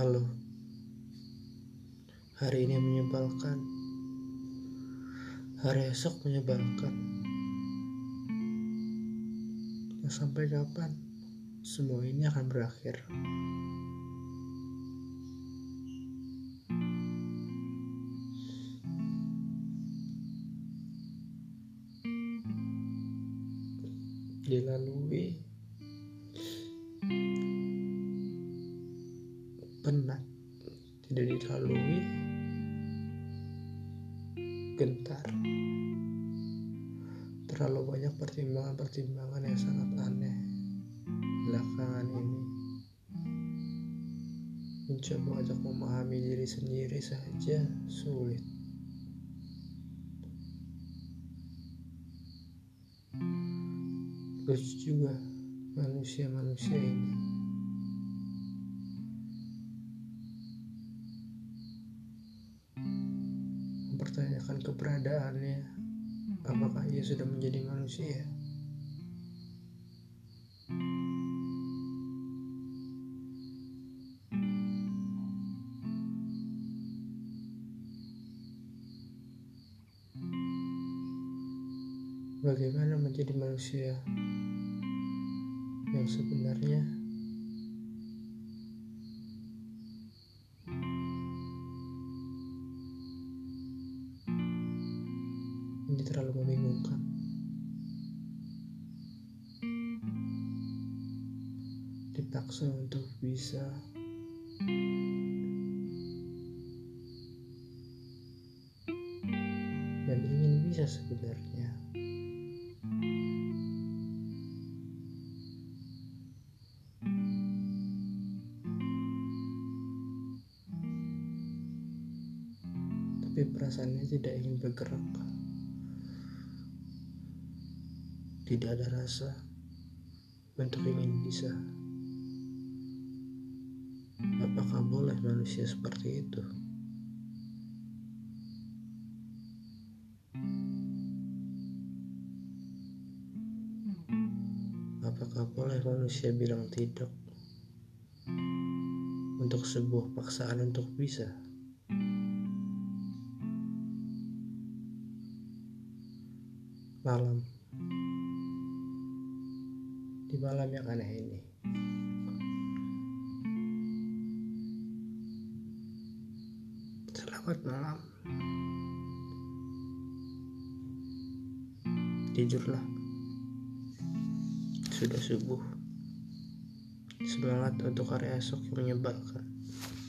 Halo, hari ini menyebalkan, hari esok menyebalkan. Sampai kapan semua ini akan berakhir? Dilalui penat, tidak dilalui gentar. Terlalu banyak pertimbangan-pertimbangan yang sangat aneh belakangan ini. Mencoba untuk memahami diri sendiri saja sulit. Lucu juga manusia-manusia ini. Mempertanyakan keberadaannya, apakah ia sudah menjadi manusia? Bagaimana menjadi manusia yang sebenarnya? Ini terlalu membingungkan. Dipaksa untuk bisa dan ingin bisa sebenarnya. Tapi perasaannya tidak ingin bergerak. Tidak ada rasa untuk ingin bisa. Apakah boleh manusia seperti itu? Apakah boleh manusia bilang tidak untuk sebuah paksaan untuk bisa? Di malam yang aneh ini, selamat malam. Tidurlah, sudah subuh. Semangat untuk hari esok yang menyebalkan.